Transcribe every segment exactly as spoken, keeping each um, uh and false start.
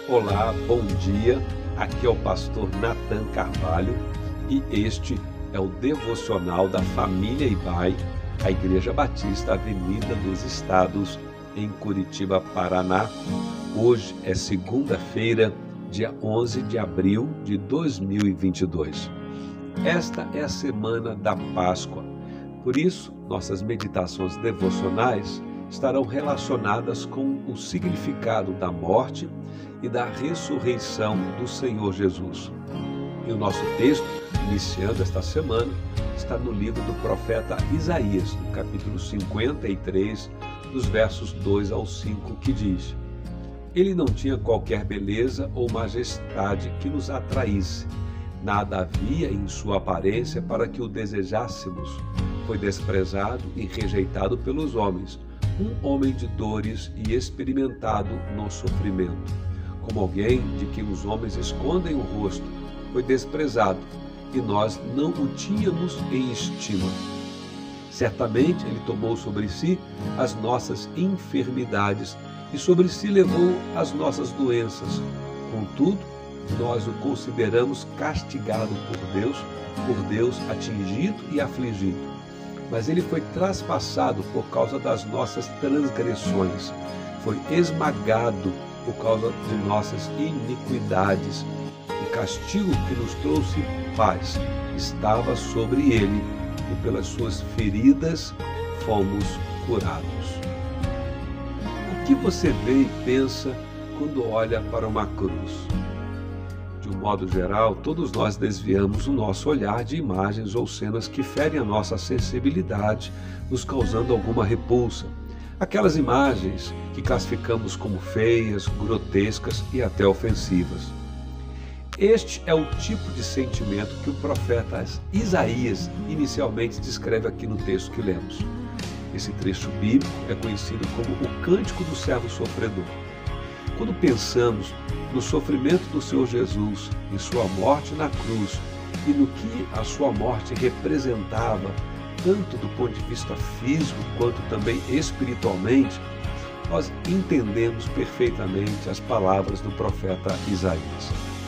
Olá, bom dia. Aqui é o pastor Nathan Carvalho e este é o devocional da família Ibai, a Igreja Batista Avenida dos Estados, em Curitiba, Paraná. Hoje é segunda-feira, dia onze de abril de dois mil e vinte e dois. Esta é a semana da Páscoa. Por isso, nossas meditações devocionais estarão relacionadas com o significado da morte e da ressurreição do Senhor Jesus. E o nosso texto, iniciando esta semana, está no livro do profeta Isaías, no capítulo cinquenta e três, dos versos dois ao cinco, que diz: Ele não tinha qualquer beleza ou majestade que nos atraísse. Nada havia em sua aparência para que o desejássemos. Foi desprezado e rejeitado pelos homens, um homem de dores e experimentado no sofrimento. Como alguém de quem os homens escondem o rosto, foi desprezado, e nós não o tínhamos em estima. Certamente ele tomou sobre si as nossas enfermidades e sobre si levou as nossas doenças. Contudo, nós o consideramos castigado por Deus, por Deus atingido e afligido. Mas ele foi traspassado por causa das nossas transgressões, foi esmagado por causa de nossas iniquidades. O castigo que nos trouxe paz estava sobre ele, e pelas suas feridas fomos curados. O que você vê e pensa quando olha para uma cruz? De um modo geral, todos nós desviamos o nosso olhar de imagens ou cenas que ferem a nossa sensibilidade, nos causando alguma repulsa. Aquelas imagens que classificamos como feias, grotescas e até ofensivas. Este é o tipo de sentimento que o profeta Isaías inicialmente descreve aqui no texto que lemos. Esse trecho bíblico é conhecido como o Cântico do Servo Sofredor. Quando pensamos no sofrimento do Senhor Jesus, em sua morte na cruz e no que a sua morte representava, tanto do ponto de vista físico quanto também espiritualmente, nós entendemos perfeitamente as palavras do profeta Isaías.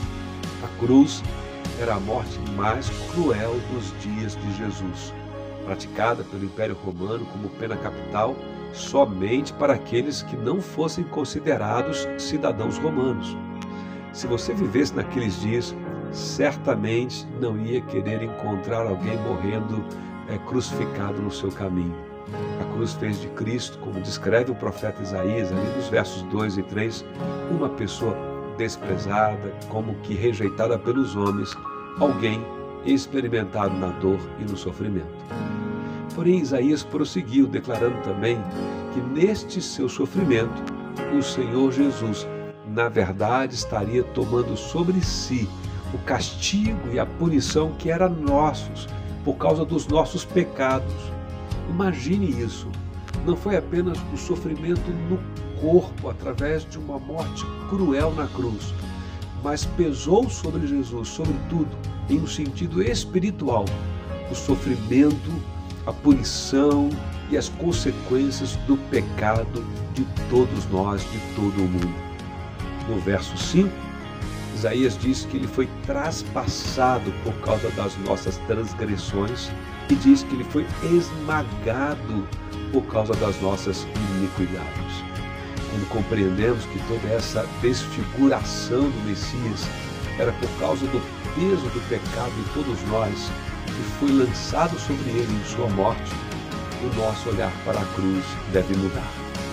A cruz era a morte mais cruel dos dias de Jesus, praticada pelo Império Romano como pena capital somente para aqueles que não fossem considerados cidadãos romanos. Se você vivesse naqueles dias, certamente não ia querer encontrar alguém morrendo é, crucificado no seu caminho. A cruz fez de Cristo, como descreve o profeta Isaías, ali nos versos dois e três, uma pessoa desprezada, como que rejeitada pelos homens, alguém experimentado na dor e no sofrimento. Porém, Isaías prosseguiu, declarando também que neste seu sofrimento, o Senhor Jesus, na verdade, estaria tomando sobre si o castigo e a punição que eram nossos, por causa dos nossos pecados. Imagine isso. Não foi apenas o sofrimento no corpo, através de uma morte cruel na cruz, mas pesou sobre Jesus, sobretudo, em um sentido espiritual, o sofrimento, a punição e as consequências do pecado de todos nós, de todo o mundo. No verso cinco, Isaías diz que ele foi traspassado por causa das nossas transgressões e diz que ele foi esmagado por causa das nossas iniquidades. Quando compreendemos que toda essa desfiguração do Messias era por causa do peso do pecado de todos nós, que foi lançado sobre ele em sua morte, o nosso olhar para a cruz deve mudar.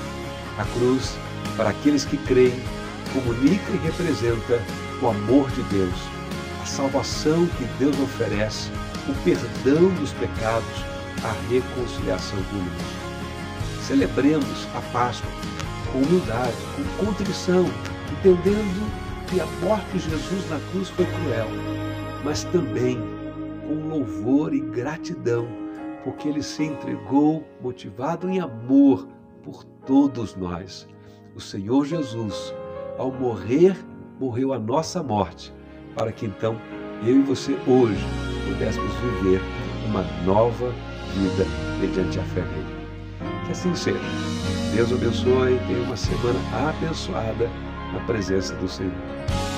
A cruz, para aqueles que creem, comunica e representa o amor de Deus, a salvação que Deus oferece, o perdão dos pecados, a reconciliação conosco. Celebremos a Páscoa com humildade, com contrição, entendendo que a morte de Jesus na cruz foi cruel, mas também com louvor e gratidão, porque ele se entregou motivado em amor por todos nós. O Senhor Jesus, ao morrer, morreu a nossa morte, para que então eu e você hoje pudéssemos viver uma nova vida mediante a fé nele. Que assim seja. Deus abençoe, tenha uma semana abençoada na presença do Senhor.